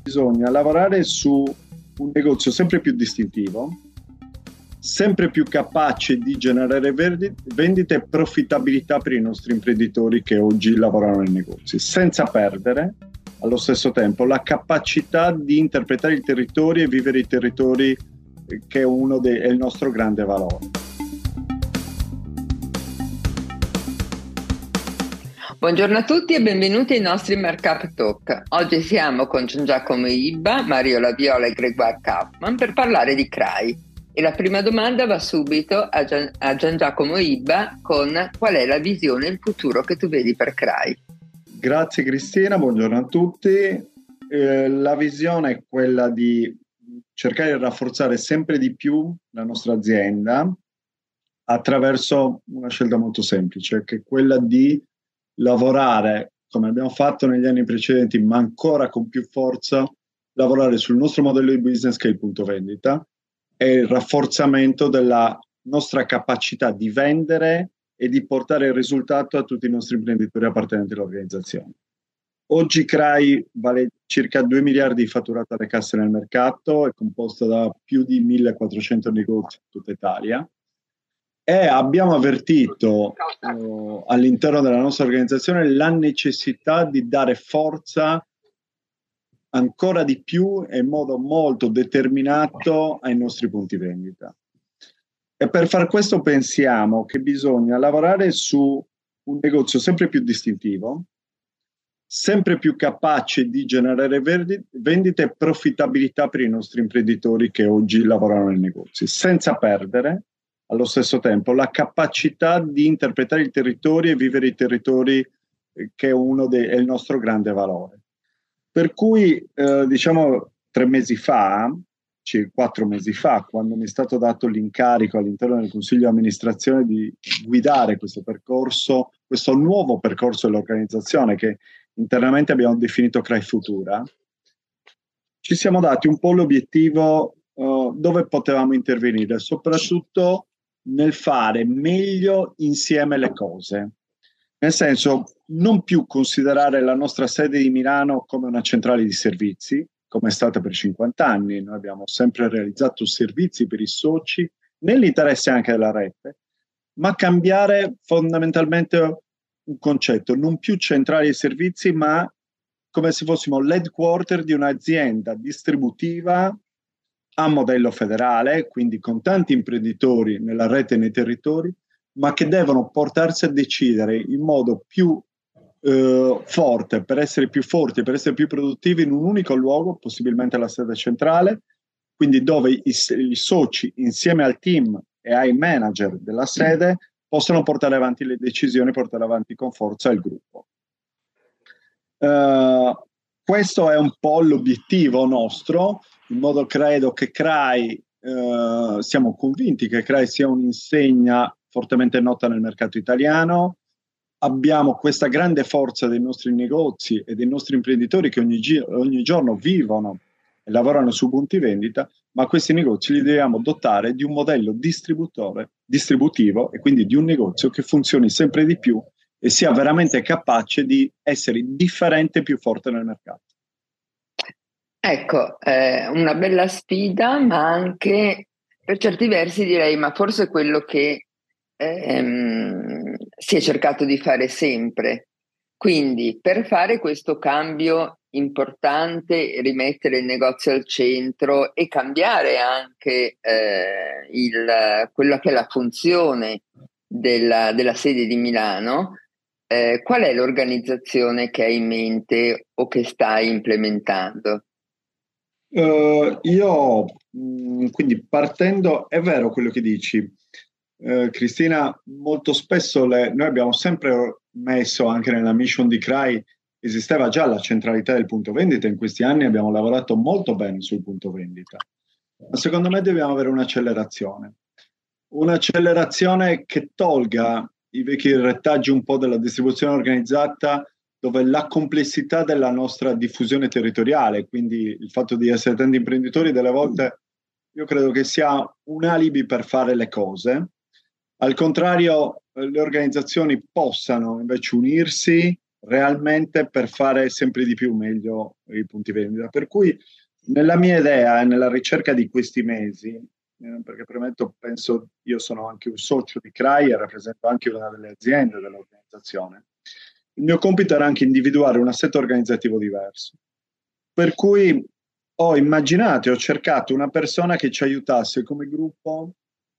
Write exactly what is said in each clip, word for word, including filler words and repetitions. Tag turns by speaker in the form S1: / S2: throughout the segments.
S1: Bisogna lavorare su un negozio sempre più distintivo, sempre più capace di generare verdi- vendite e profittabilità per i nostri imprenditori che oggi lavorano nei negozi, senza perdere allo stesso tempo la capacità di interpretare i territori e vivere i territori, eh, che è uno dei, è il nostro grande valore.
S2: Buongiorno a tutti e benvenuti ai nostri Markup Talk. Oggi siamo con Gian Giacomo Ibba, Mario Laviola e Gregoire Kaufmann per parlare di C R A I. E la prima domanda va subito a Gian, a Gian Giacomo Ibba con: qual è la visione e il futuro che tu vedi per C R A I?
S1: Grazie Cristina, buongiorno a tutti. Eh, la visione è quella di cercare di rafforzare sempre di più la nostra azienda attraverso una scelta molto semplice, che è quella di lavorare, come abbiamo fatto negli anni precedenti, ma ancora con più forza, lavorare sul nostro modello di business, che è il punto vendita, e il rafforzamento della nostra capacità di vendere e di portare il risultato a tutti i nostri imprenditori appartenenti all'organizzazione. Oggi C R A I vale circa due miliardi di fatturato alle casse nel mercato, è composta da più di millequattrocento negozi in tutta Italia. E abbiamo avvertito uh, all'interno della nostra organizzazione la necessità di dare forza ancora di più e in modo molto determinato ai nostri punti vendita. E per far questo pensiamo che bisogna lavorare su un negozio sempre più distintivo, sempre più capace di generare verdi- vendite e profittabilità per i nostri imprenditori che oggi lavorano nei negozi, senza perdere allo stesso tempo la capacità di interpretare i territori e vivere i territori, eh, che è uno dei, è il nostro grande valore. Per cui, eh, diciamo, tre mesi fa, cioè quattro mesi fa, quando mi è stato dato l'incarico all'interno del Consiglio di amministrazione di guidare questo percorso, questo nuovo percorso dell'organizzazione che internamente abbiamo definito C R A I Futura, ci siamo dati un po' l'obiettivo uh, dove potevamo intervenire, soprattutto nel fare meglio insieme le cose. Nel senso, non più considerare la nostra sede di Milano come una centrale di servizi, come è stata per cinquanta anni. Noi abbiamo sempre realizzato servizi per i soci, nell'interesse anche della rete, ma cambiare fondamentalmente un concetto, non più centrali di servizi, ma come se fossimo l'headquarter di un'azienda distributiva a modello federale, quindi con tanti imprenditori nella rete e nei territori, ma che devono portarsi a decidere in modo più eh, forte, per essere più forti, per essere più produttivi in un unico luogo, possibilmente la sede centrale, quindi dove i, i soci insieme al team e ai manager della sede possono portare avanti le decisioni, portare avanti con forza il gruppo. Uh, questo è un po' l'obiettivo nostro, in modo credo che C R A I, uh, siamo convinti che C R A I sia un'insegna fortemente nota nel mercato italiano. Abbiamo questa grande forza dei nostri negozi e dei nostri imprenditori che ogni, gi- ogni giorno vivono e lavorano su punti vendita, ma questi negozi li dobbiamo dotare di un modello distributore, distributivo, e quindi di un negozio che funzioni sempre di più e sia veramente capace di essere differente e più forte nel mercato.
S2: Ecco, eh, una bella sfida, ma anche per certi versi direi, ma forse quello che ehm, si è cercato di fare sempre. Quindi, per fare questo cambio importante, rimettere il negozio al centro e cambiare anche eh, il, quella che è la funzione della, della sede di Milano, eh, qual è l'organizzazione che hai in mente o che stai implementando?
S1: Uh, io, mh, quindi partendo, è vero quello che dici, uh, Cristina, molto spesso le, noi abbiamo sempre messo anche nella mission di C R A I, esisteva già la centralità del punto vendita, in questi anni abbiamo lavorato molto bene sul punto vendita, ma secondo me dobbiamo avere un'accelerazione, un'accelerazione che tolga i vecchi retaggi un po' della distribuzione organizzata, dove la complessità della nostra diffusione territoriale, quindi il fatto di essere tanti imprenditori, delle volte io credo che sia un alibi per fare le cose. Al contrario, le organizzazioni possano invece unirsi realmente per fare sempre di più meglio i punti vendita. Per cui nella mia idea e nella ricerca di questi mesi, eh, perché premetto, penso, io sono anche un socio di C R A I e rappresento anche una delle aziende dell'organizzazione, il mio compito era anche individuare un assetto organizzativo diverso. Per cui ho immaginato e ho cercato una persona che ci aiutasse come gruppo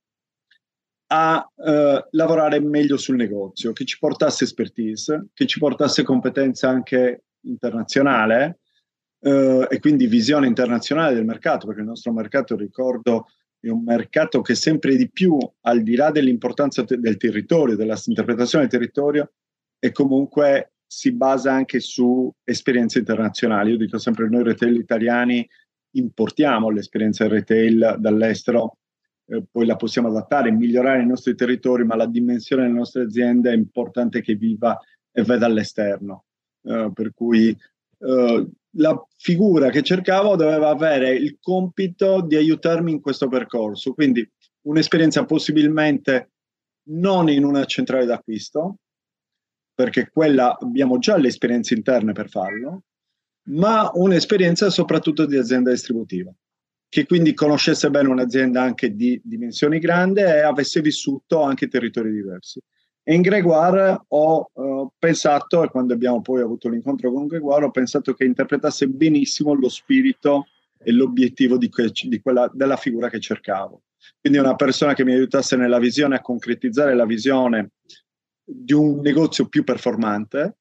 S1: a eh, lavorare meglio sul negozio, che ci portasse expertise, che ci portasse competenza anche internazionale eh, e quindi visione internazionale del mercato, perché il nostro mercato, ricordo, è un mercato che sempre di più, al di là dell'importanza te- del territorio, dell'interpretazione del territorio, e comunque si basa anche su esperienze internazionali. Io dico sempre, noi retail italiani importiamo l'esperienza retail dall'estero, eh, poi la possiamo adattare e migliorare nei nostri territori, ma la dimensione delle nostre aziende è importante che viva e veda all'esterno. Uh, per cui uh, la figura che cercavo doveva avere il compito di aiutarmi in questo percorso, quindi un'esperienza possibilmente non in una centrale d'acquisto, perché quella abbiamo già le esperienze interne per farlo, ma un'esperienza soprattutto di azienda distributiva, che quindi conoscesse bene un'azienda anche di dimensioni grandi e avesse vissuto anche territori diversi. E in Grégoire ho uh, pensato, e quando abbiamo poi avuto l'incontro con Grégoire, ho pensato che interpretasse benissimo lo spirito e l'obiettivo di, que- di quella, della figura che cercavo. Quindi una persona che mi aiutasse nella visione, a concretizzare la visione di un negozio più performante,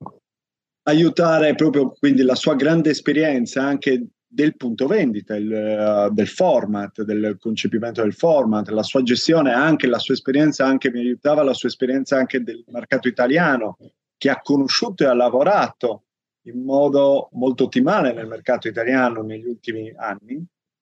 S1: aiutare proprio quindi la sua grande esperienza anche del punto vendita, il, uh, del format, del concepimento del format, la sua gestione, anche la sua esperienza, anche mi aiutava la sua esperienza anche del mercato italiano, che ha conosciuto e ha lavorato in modo molto ottimale nel mercato italiano negli ultimi anni.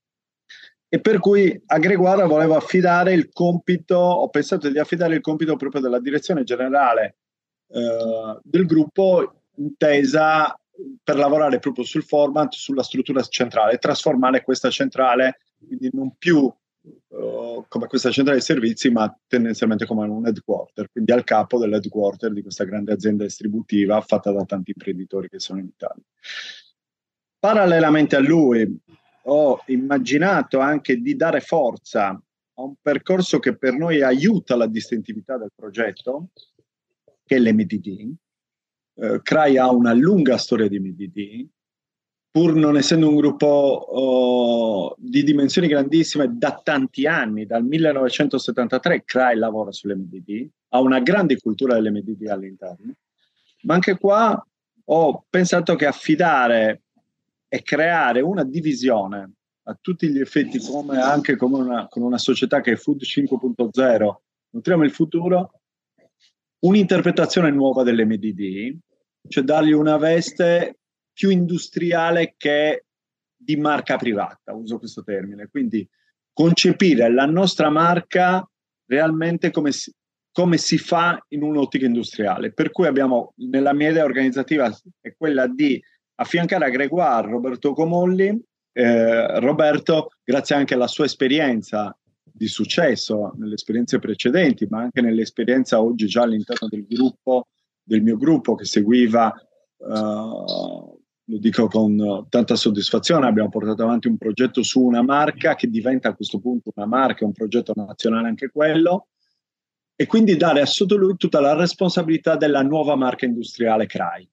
S1: E per cui a Grégoire volevo affidare il compito, ho pensato di affidare il compito proprio della direzione generale eh, del gruppo, intesa per lavorare proprio sul format, sulla struttura centrale, trasformare questa centrale quindi non più uh, come questa centrale di servizi, ma tendenzialmente come un headquarter, quindi al capo dell'headquarter di questa grande azienda distributiva fatta da tanti imprenditori che sono in Italia. Parallelamente a lui ho immaginato anche di dare forza a un percorso che per noi aiuta la distintività del progetto, che è l'M D D. Uh, C R A I ha una lunga storia di M D D, pur non essendo un gruppo uh, di dimensioni grandissime da tanti anni, dal millenovecentosettantatré C R A I lavora sull'M D D, ha una grande cultura dell'M D D all'interno, ma anche qua ho pensato che affidare e creare una divisione a tutti gli effetti, come anche come una, con una società che è Food cinque punto zero, nutriamo il futuro, un'interpretazione nuova dell'M D D, cioè dargli una veste più industriale che di marca privata, uso questo termine, quindi concepire la nostra marca realmente come si, come si fa in un'ottica industriale. Per cui abbiamo, nella mia idea organizzativa, è quella di affiancare a Grégoire Roberto Comolli. Eh, Roberto, grazie anche alla sua esperienza di successo nelle esperienze precedenti, ma anche nell'esperienza oggi già all'interno del gruppo, del mio gruppo che seguiva, uh, lo dico con tanta soddisfazione, abbiamo portato avanti un progetto su una marca che diventa a questo punto una marca, un progetto nazionale anche quello, e quindi dare a sotto lui tutta la responsabilità della nuova marca industriale C R A I,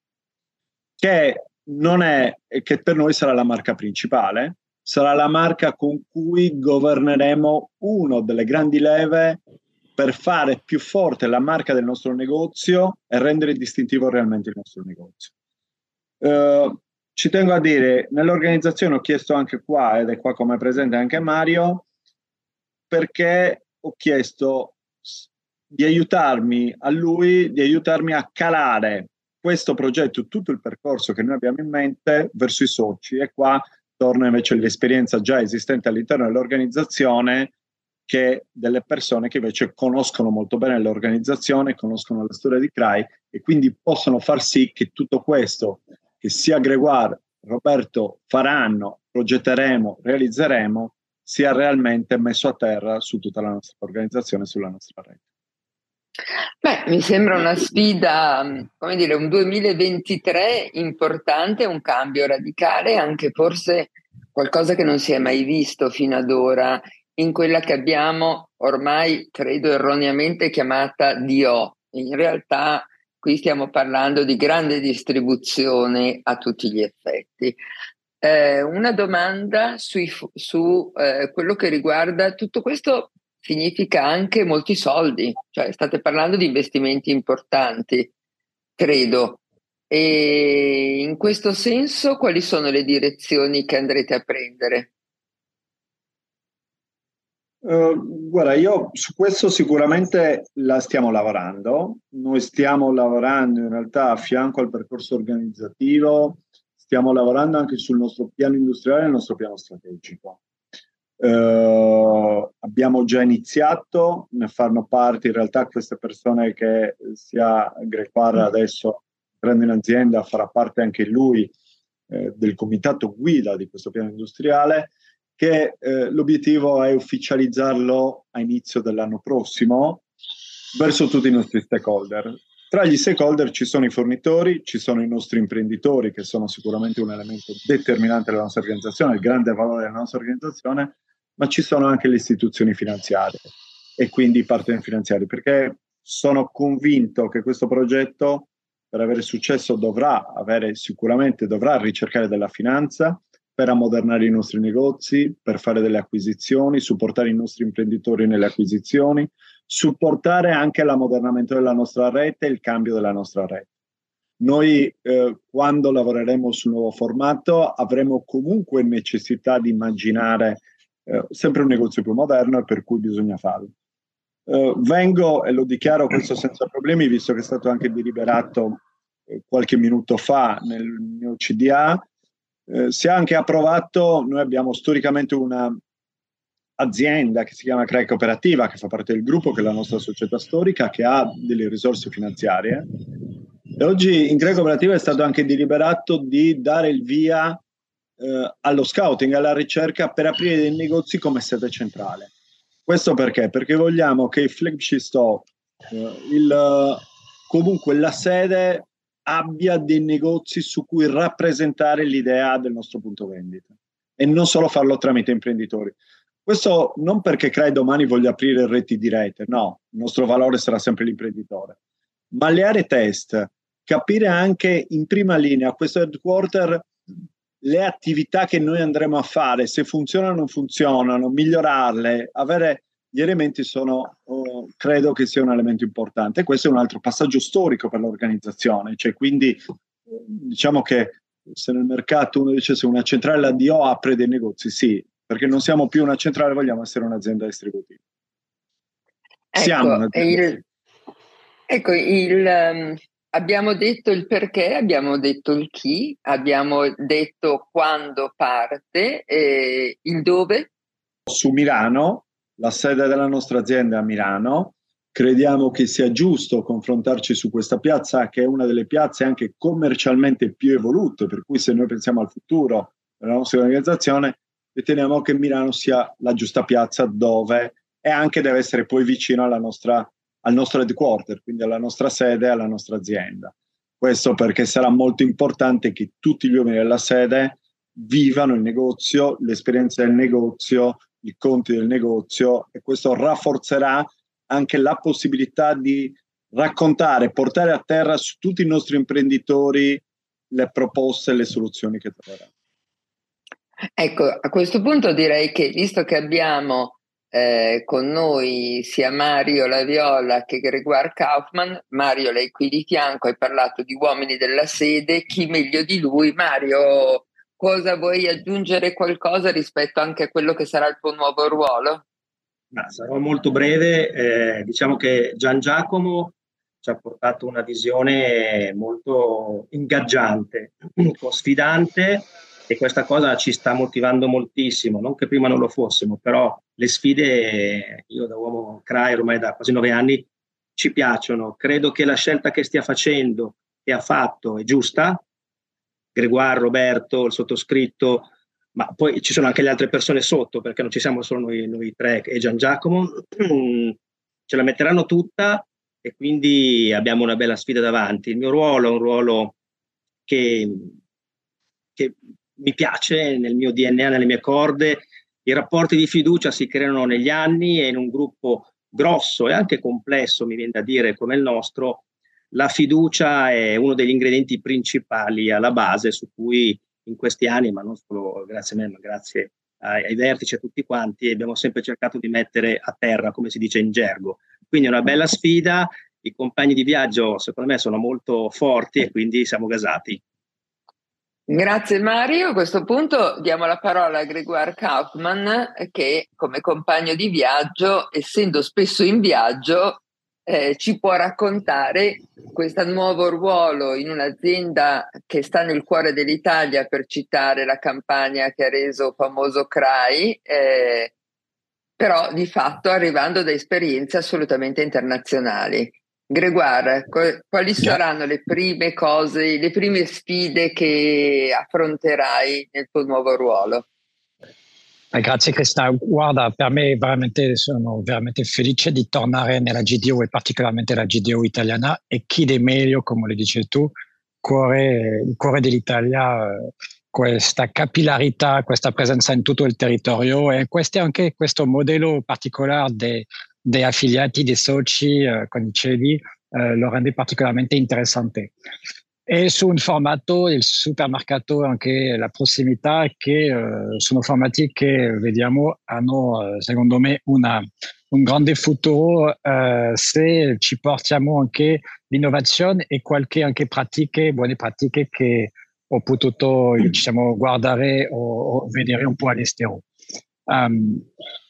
S1: che non è, che per noi sarà la marca principale, sarà la marca con cui governeremo una delle grandi leve per fare più forte la marca del nostro negozio e rendere distintivo realmente il nostro negozio. Uh, ci tengo a dire, nell'organizzazione ho chiesto anche qua, ed è qua come è presente anche Mario, perché ho chiesto di aiutarmi a lui, di aiutarmi a calare questo progetto, tutto il percorso che noi abbiamo in mente verso i soci, e qua torna invece l'esperienza già esistente all'interno dell'organizzazione, che delle persone che invece conoscono molto bene l'organizzazione, conoscono la storia di C R A I e quindi possono far sì che tutto questo, che sia Grégoire, Roberto faranno, progetteremo, realizzeremo, sia realmente messo a terra su tutta la nostra organizzazione, sulla nostra rete.
S2: Beh, mi sembra una sfida, come dire, un duemilaventitré importante, un cambio radicale, anche forse qualcosa che non si è mai visto fino ad ora in quella che abbiamo ormai, credo erroneamente, chiamata D O. In realtà qui stiamo parlando di grande distribuzione a tutti gli effetti. Eh, una domanda sui, su eh, quello che riguarda tutto questo. Significa anche molti soldi, cioè state parlando di investimenti importanti, credo. E in questo senso, quali sono le direzioni che andrete a prendere?
S1: Uh, guarda, io su questo sicuramente la stiamo lavorando. Noi stiamo lavorando in realtà a fianco al percorso organizzativo, stiamo lavorando anche sul nostro piano industriale e il nostro piano strategico. Uh, abbiamo già iniziato, ne fanno parte in realtà queste persone che sia Gregoire adesso prende in azienda, farà parte anche lui eh, del comitato guida di questo piano industriale, che eh, l'obiettivo è ufficializzarlo a inizio dell'anno prossimo verso tutti i nostri stakeholder. Tra gli stakeholder ci sono i fornitori, ci sono i nostri imprenditori, che sono sicuramente un elemento determinante della nostra organizzazione, il grande valore della nostra organizzazione, ma ci sono anche le istituzioni finanziarie e quindi i partner finanziari, perché sono convinto che questo progetto, per avere successo, dovrà avere sicuramente dovrà ricercare della finanza per ammodernare i nostri negozi, per fare delle acquisizioni, supportare i nostri imprenditori nelle acquisizioni, supportare anche l'ammodernamento della nostra rete e il cambio della nostra rete. Noi eh, quando lavoreremo sul nuovo formato avremo comunque necessità di immaginare eh, sempre un negozio più moderno e per cui bisogna farlo. Eh, vengo e lo dichiaro questo senza problemi, visto che è stato anche deliberato eh, qualche minuto fa nel mio C D A. Eh, si è anche approvato, noi abbiamo storicamente una azienda che si chiama Crai Cooperativa, che fa parte del gruppo, che è la nostra società storica, che ha delle risorse finanziarie. E oggi in Crai Cooperativa è stato anche deliberato di dare il via eh, allo scouting, alla ricerca per aprire dei negozi come sede centrale. Questo perché? Perché vogliamo che il flagship store, eh, il, comunque la sede abbia dei negozi su cui rappresentare l'idea del nostro punto vendita e non solo farlo tramite imprenditori. Questo non perché Crai domani voglia aprire reti di rete, no, il nostro valore sarà sempre l'imprenditore, ma le aree test, capire anche in prima linea questo headquarter le attività che noi andremo a fare, se funzionano o non funzionano, migliorarle, avere gli elementi sono, oh, credo che sia un elemento importante. Questo è un altro passaggio storico per l'organizzazione, cioè quindi diciamo che se nel mercato uno dice se una centrale D O apre dei negozi, sì, perché non siamo più una centrale, vogliamo essere un'azienda distributiva.
S2: Ecco,
S1: siamo un'azienda
S2: il, ecco il, um, abbiamo detto il perché, abbiamo detto il chi, abbiamo detto quando parte, e il dove.
S1: Su Milano, la sede della nostra azienda è a Milano. Crediamo che sia giusto confrontarci su questa piazza, che è una delle piazze anche commercialmente più evolute, per cui se noi pensiamo al futuro della nostra organizzazione, riteniamo che Milano sia la giusta piazza dove e anche deve essere poi vicino alla nostra, al nostro headquarter, quindi alla nostra sede, alla nostra azienda. Questo perché sarà molto importante che tutti gli uomini della sede vivano il negozio, l'esperienza del negozio, i conti del negozio, e questo rafforzerà anche la possibilità di raccontare, portare a terra su tutti i nostri imprenditori le proposte e le soluzioni che troveranno.
S2: Ecco, a questo punto direi che visto che abbiamo eh, con noi sia Mario Laviola che Gregoire Kaufmann, Mario lei qui di fianco, hai parlato di uomini della sede, chi meglio di lui? Mario, cosa vuoi aggiungere qualcosa rispetto anche a quello che sarà il tuo nuovo ruolo?
S3: Ma sarò molto breve, eh, diciamo che Gian Giacomo ci ha portato una visione molto ingaggiante, sfidante, e questa cosa ci sta motivando moltissimo, non che prima non lo fossimo, però le sfide, io da uomo Crai ormai da quasi nove anni, ci piacciono. Credo che la scelta che stia facendo e ha fatto è giusta. Gregoire, Roberto, il sottoscritto, ma poi ci sono anche le altre persone sotto, perché non ci siamo solo noi, noi tre e Gian Giacomo, ce la metteranno tutta e quindi abbiamo una bella sfida davanti. Il mio ruolo è un ruolo che, che mi piace, nel mio D N A, nelle mie corde. I rapporti di fiducia si creano negli anni e in un gruppo grosso e anche complesso, mi viene da dire, come il nostro, la fiducia è uno degli ingredienti principali alla base su cui in questi anni, ma non solo grazie a me, ma grazie ai, ai vertici e a tutti quanti, abbiamo sempre cercato di mettere a terra, come si dice in gergo. Quindi è una bella sfida, i compagni di viaggio secondo me sono molto forti e quindi siamo gasati.
S2: Grazie Mario, a questo punto diamo la parola a Grégoire Kaufmann che come compagno di viaggio, essendo spesso in viaggio, eh, ci può raccontare questo nuovo ruolo in un'azienda che sta nel cuore dell'Italia, per citare la campagna che ha reso famoso C R A I, eh, però di fatto arrivando da esperienze assolutamente internazionali. Grégoire, quali saranno le prime cose, le prime sfide che affronterai nel tuo nuovo ruolo?
S4: Eh, grazie Crista, guarda, per me veramente sono veramente felice di tornare nella G D O e particolarmente la G D O italiana, e chi di meglio, come lo dici tu, cuore, il cuore dell'Italia, questa capillarità, questa presenza in tutto il territorio, e questo anche questo modello particolare dei, dei affiliati, dei soci, eh, come dicevi, eh, lo rende particolarmente interessante. E su un formato, il supermercato, anche la prossimità, che uh, sono formati che vediamo hanno, uh, secondo me, una, un grande futuro uh, se ci portiamo anche l'innovazione e qualche anche pratiche, buone pratiche che ho potuto diciamo, guardare o, o vedere un po' all'estero. Um,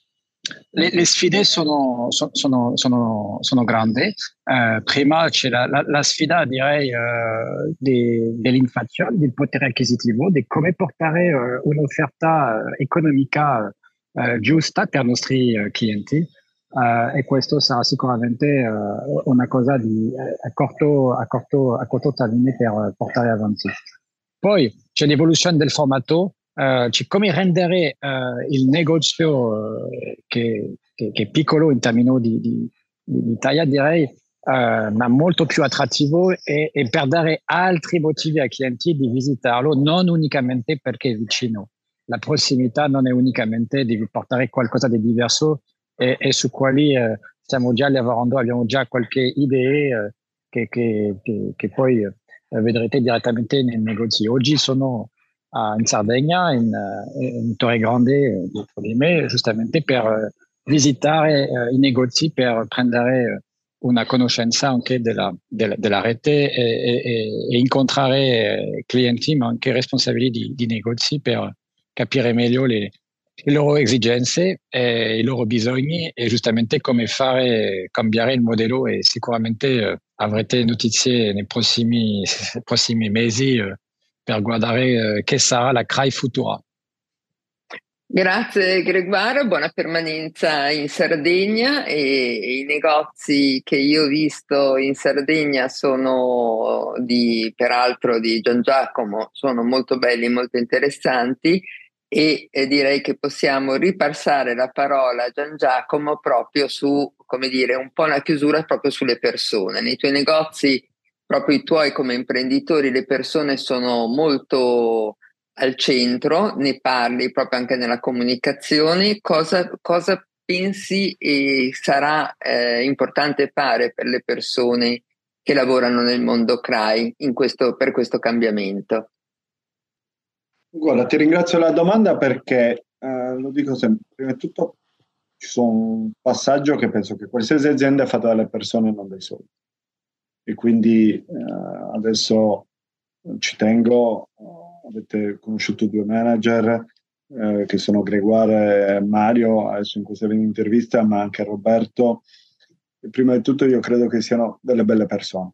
S4: Le, le sfide sono, sono, sono, sono grandi. Eh, prima c'è la, la, la sfida, direi, eh, de, dell'inflazione, del potere acquisitivo, di come portare eh, un'offerta economica eh, giusta per i nostri eh, clienti. Eh, e questo sarà sicuramente eh, una cosa di, eh, a, corto, a, corto, a corto termine per portare avanti. Poi c'è l'evoluzione del formato. Uh, cioè come rendere uh, il negozio uh, che, che, che è piccolo in termini di, di, di taglia, direi, uh, ma molto più attrattivo, e, e per dare altri motivi ai clienti di visitarlo, non unicamente perché è vicino. La prossimità non è unicamente di portare qualcosa di diverso, e, e su quali uh, stiamo già lavorando, abbiamo già qualche idea uh, che, che, che, che poi uh, vedrete direttamente nei negozi. Oggi sono in Sardegna, in, in Torre Grande, dietro di me, giustamente per visitare uh, i negozi, per prendere una conoscenza anche della, della, della rete e, e, e incontrare clienti, ma anche responsabili di, di negozi, per capire meglio le, le loro esigenze e i loro bisogni, e giustamente come fare cambiare il modello. E sicuramente uh, avrete notizie nei prossimi, prossimi mesi uh, per guardare eh, che sarà la C R A I futura.
S2: Grazie Grégoire, buona permanenza in Sardegna, e i negozi che io ho visto in Sardegna sono di, peraltro di Gian Giacomo, sono molto belli, molto interessanti, e eh, direi che possiamo ripassare la parola a Gian Giacomo proprio su, come dire, un po' una chiusura proprio sulle persone. Nei tuoi negozi, proprio i tuoi come imprenditori, le persone sono molto al centro, ne parli proprio anche nella comunicazione. Cosa, cosa pensi e sarà eh, importante fare per le persone che lavorano nel mondo C R A I in questo, per questo cambiamento?
S1: Guarda, ti ringrazio la domanda perché, eh, lo dico sempre, prima di tutto ci sono un passaggio che penso che qualsiasi azienda è fatta dalle persone e non dai soldi. E quindi eh, adesso ci tengo, avete conosciuto due manager eh, che sono Grégoire e Mario, adesso in questa intervista, ma anche Roberto. E prima di tutto io credo che siano delle belle persone.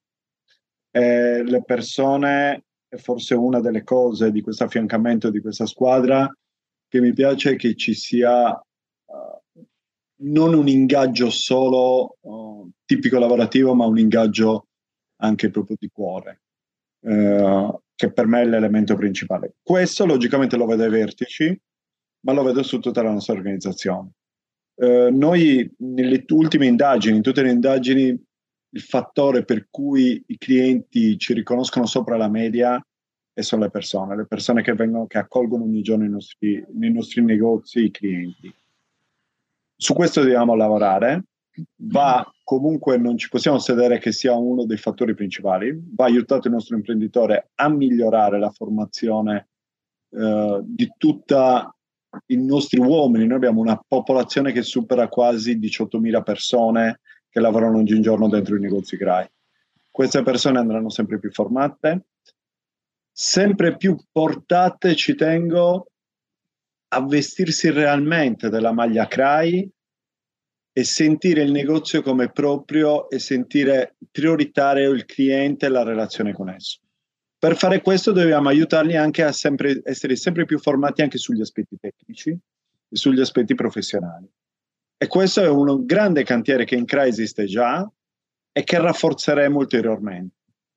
S1: E le persone è forse una delle cose di questo affiancamento di questa squadra che mi piace, che ci sia uh, non un ingaggio solo uh, tipico lavorativo, ma un ingaggio anche proprio di cuore, uh, che per me è l'elemento principale. Questo logicamente lo vedo ai vertici, ma lo vedo su tutta la nostra organizzazione. Uh, noi nelle ultime indagini, in tutte le indagini, il fattore per cui i clienti ci riconoscono sopra la media e sono le persone, le persone che vengono, che accolgono ogni giorno i nostri, nei nostri negozi i clienti. Su questo dobbiamo lavorare. Va comunque, non ci possiamo sedere che sia uno dei fattori principali. Va aiutato il nostro imprenditore a migliorare la formazione eh, di tutta i nostri uomini. Noi abbiamo una popolazione che supera quasi diciottomila persone che lavorano ogni giorno dentro i negozi C R A I. Queste persone andranno sempre più formate, sempre più portate, ci tengo, a vestirsi realmente della maglia C R A I e sentire il negozio come proprio e sentire prioritario il cliente e la relazione con esso. Per fare questo dobbiamo aiutarli anche a sempre, essere sempre più formati anche sugli aspetti tecnici e sugli aspetti professionali. E questo è un grande cantiere che in C R A I esiste già e che rafforzeremo ulteriormente,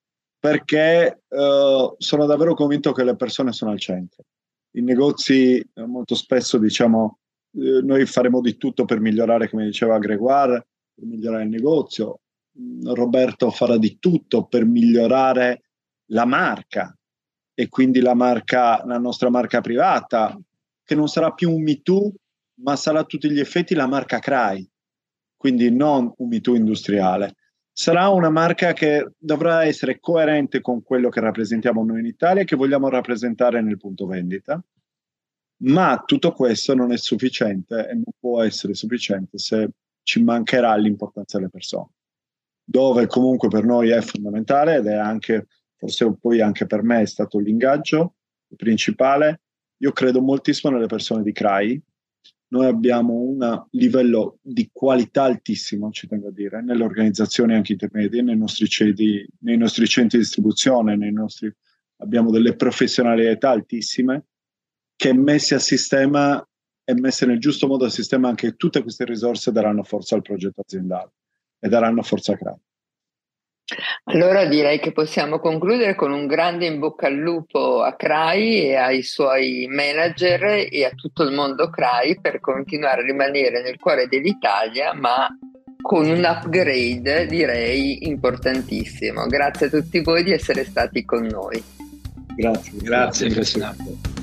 S1: perché eh, sono davvero convinto che le persone sono al centro. I negozi eh, molto spesso diciamo eh, noi faremo di tutto per migliorare, come diceva Gregoire, per migliorare il negozio. Roberto farà di tutto per migliorare la marca e quindi la marca, la nostra marca privata, che non sarà più un Me Too, ma sarà a tutti gli effetti la marca C R A I, quindi non un Me Too industriale. Sarà una marca che dovrà essere coerente con quello che rappresentiamo noi in Italia e che vogliamo rappresentare nel punto vendita. Ma tutto questo non è sufficiente e non può essere sufficiente se ci mancherà l'importanza delle persone, dove comunque per noi è fondamentale ed è anche, forse poi anche per me è stato l'ingaggio principale. Io credo moltissimo nelle persone di C R A I. Noi abbiamo un livello di qualità altissimo, ci tengo a dire, nelle organizzazioni anche intermedie, nei nostri cedi, nei nostri centri di distribuzione, nei nostri, abbiamo delle professionalità altissime che messi a sistema e messe nel giusto modo a sistema anche tutte queste risorse daranno forza al progetto aziendale e daranno forza a C R A I.
S2: Allora direi che possiamo concludere con un grande in bocca al lupo a C R A I e ai suoi manager e a tutto il mondo C R A I per continuare a rimanere nel cuore dell'Italia, ma con un upgrade direi importantissimo. Grazie a tutti voi di essere stati con noi.
S1: Grazie.
S3: Grazie.
S4: Grazie.